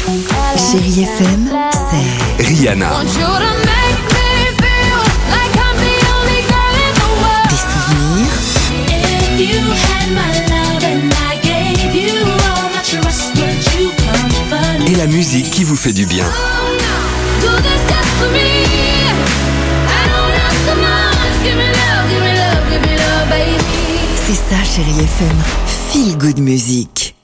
Chérie FM, c'est Rihanna. des souvenirs Et la musique qui vous fait du bien. C'est ça, Chérie FM. Feel good music.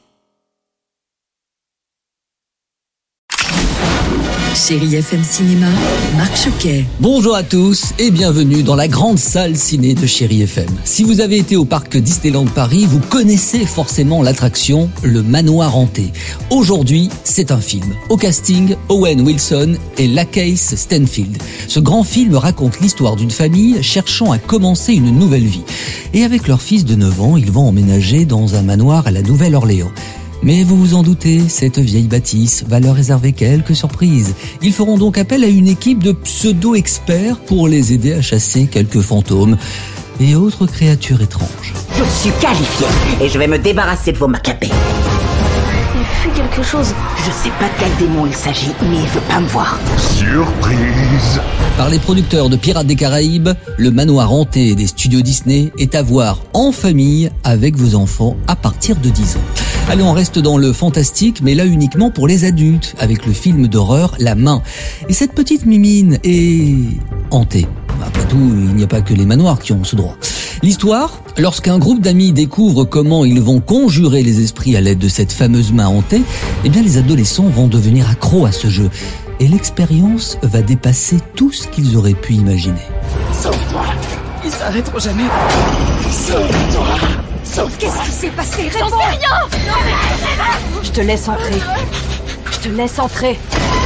Chérie FM Cinéma, Marc Choquet. Bonjour à tous et bienvenue dans la grande salle ciné de Chérie FM. Si vous avez été au parc Disneyland Paris, vous connaissez forcément l'attraction Le Manoir Hanté. Aujourd'hui, c'est un film. Au casting, Owen Wilson et Lakeith Stanfield. Ce grand film raconte l'histoire d'une famille cherchant à commencer une nouvelle vie. Et avec leur fils de 9 ans, ils vont emménager dans un manoir à la Nouvelle-Orléans. Mais vous vous en doutez, cette vieille bâtisse va leur réserver quelques surprises. Ils feront donc appel à une équipe de pseudo-experts pour les aider à chasser quelques fantômes et autres créatures étranges. Je suis qualifié et je vais me débarrasser de vos macabées. Il fait quelque chose. Je sais pas de quel démon il s'agit, mais il veut pas me voir. Surprise! Par les producteurs de Pirates des Caraïbes, Le Manoir Hanté des studios Disney est à voir en famille avec vos enfants à partir de 10 ans. Allez, on reste dans le fantastique, mais là uniquement pour les adultes, avec le film d'horreur La Main. Et cette petite mimine est hantée. Après tout, il n'y a pas que les manoirs qui ont ce droit. L'histoire, lorsqu'un groupe d'amis découvre comment ils vont conjurer les esprits à l'aide de cette fameuse main hantée, eh bien les adolescents vont devenir accros à ce jeu. Et l'expérience va dépasser tout ce qu'ils auraient pu imaginer. Sauve-toi. Ils s'arrêteront jamais. Sauve-toi. Sauve-toi. Qu'est-ce qui s'est passé? Réponds. J'en sais rien. Je te laisse entrer. Je te laisse entrer.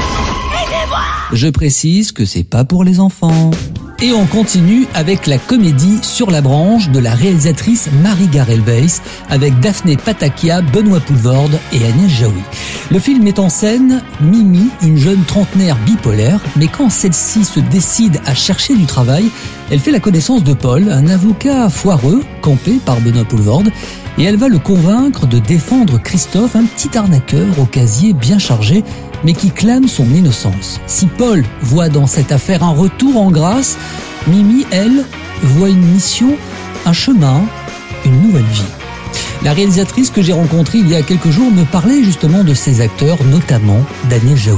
Je précise que c'est pas pour les enfants. Et on continue avec la comédie Sur la branche de la réalisatrice Marie Garel-Weiss avec Daphné Patakia, Benoît Poelvoorde et Agnès Jaoui. Le film met en scène Mimi, une jeune trentenaire bipolaire, mais quand celle-ci se décide à chercher du travail, elle fait la connaissance de Paul, un avocat foireux, campé par Benoît Poelvoorde, et elle va le convaincre de défendre Christophe, un petit arnaqueur au casier bien chargé, mais qui clame son innocence. Si Paul voit dans cette affaire un retour en grâce, Mimi, elle, voit une mission, un chemin, une nouvelle vie. La réalisatrice que j'ai rencontrée il y a quelques jours me parlait justement de ces acteurs, notamment d'Agnès Jaoui.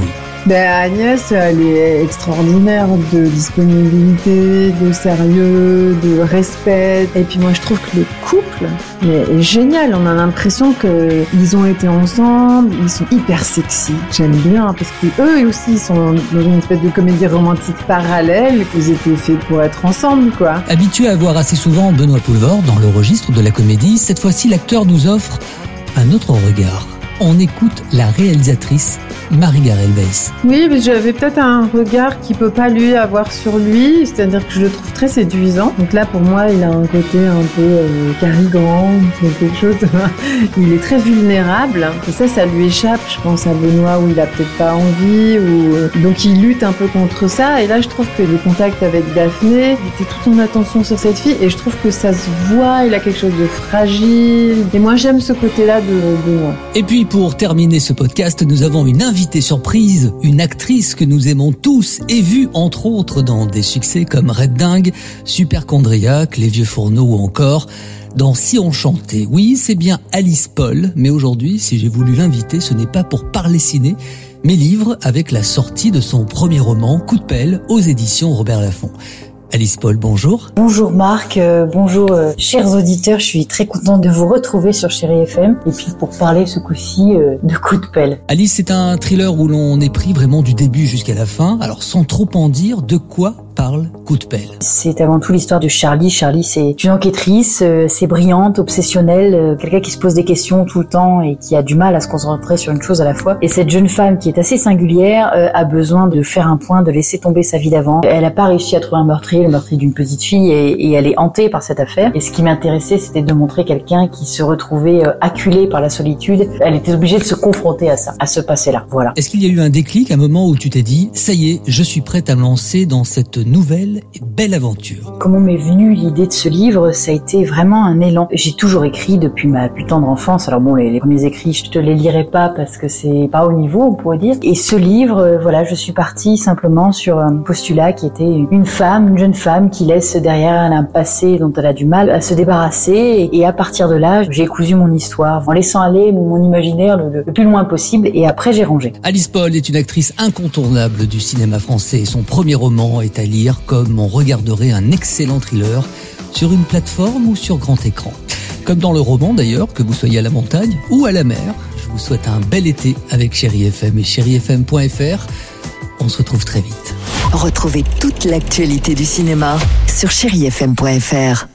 Agnès, elle est extraordinaire de disponibilité, de sérieux, de respect. Et puis moi, je trouve que le couple est génial. On a l'impression qu'ils ont été ensemble, ils sont hyper sexy. J'aime bien parce qu'eux aussi, ils sont dans une espèce de comédie romantique parallèle, qu'ils étaient faits pour être ensemble, quoi. Habitué à voir assez souvent Benoît Poelvoorde dans le registre de la comédie, cette fois-ci, l'acteur nous offre un autre regard. On écoute la réalisatrice Marie Garel-Weiss. Oui, mais j'avais peut-être un regard qu'il peut pas lui avoir sur lui, c'est-à-dire que je le trouve très séduisant. Donc là, pour moi, il a un côté un peu carigant, quelque chose. Il est très vulnérable. Et ça lui échappe, je pense, à Benoît, où il a peut-être pas envie, donc il lutte un peu contre ça. Et là, je trouve que le contact avec Daphné, il était tout en attention sur cette fille, et je trouve que ça se voit. Il a quelque chose de fragile. Et moi, j'aime ce côté-là de Benoît. Et puis, pour terminer ce podcast, nous avons une invitée surprise, une actrice que nous aimons tous et vue entre autres dans des succès comme Red Dingue, Superchondriac, Les Vieux Fourneaux ou encore dans Si on chantait. Oui, c'est bien Alice Paul, mais aujourd'hui, si j'ai voulu l'inviter, ce n'est pas pour parler ciné, mais livre avec la sortie de son premier roman, Coup de pelle, aux éditions Robert Laffont. Alice Paul, bonjour. Bonjour Marc, bonjour chers auditeurs, je suis très contente de vous retrouver sur Chérie FM et puis pour parler ce coup-ci de Coup de pelle. Alice, c'est un thriller où l'on est pris vraiment du début jusqu'à la fin, alors sans trop en dire, de quoi parle Coup de pelle? C'est avant tout l'histoire de Charlie. Charlie, c'est une enquêtrice, c'est brillante, obsessionnelle, quelqu'un qui se pose des questions tout le temps et qui a du mal à se concentrer sur une chose à la fois. Et cette jeune femme qui est assez singulière a besoin de faire un point, de laisser tomber sa vie d'avant. Elle n'a pas réussi à trouver un meurtrier, le meurtrier d'une petite fille, et elle est hantée par cette affaire. Et ce qui m'intéressait, c'était de montrer quelqu'un qui se retrouvait acculé par la solitude. Elle était obligée de se confronter à ça, à ce passé-là. Voilà. Est-ce qu'il y a eu un déclic, un moment où tu t'es dit, ça y est, je suis prête à me lancer dans cette nouvelle et belle aventure. Comment m'est venue l'idée de ce livre? Ça a été vraiment un élan. J'ai toujours écrit depuis ma plus tendre enfance. Alors bon, les premiers écrits, je te les lirai pas parce que c'est pas au niveau, on pourrait dire. Et ce livre, voilà, je suis partie simplement sur un postulat qui était une jeune femme qui laisse derrière elle un passé dont elle a du mal à se débarrasser. Et à partir de là, j'ai cousu mon histoire en laissant aller mon imaginaire le plus loin possible. Et après, j'ai rangé. Alice Paul est une actrice incontournable du cinéma français. Son premier roman est à lire comme on regarderait un excellent thriller sur une plateforme ou sur grand écran. Comme dans le roman d'ailleurs, que vous soyez à la montagne ou à la mer, je vous souhaite un bel été avec Chérie FM et chérifm.fr. On se retrouve très vite. Retrouvez toute l'actualité du cinéma sur chérifm.fr.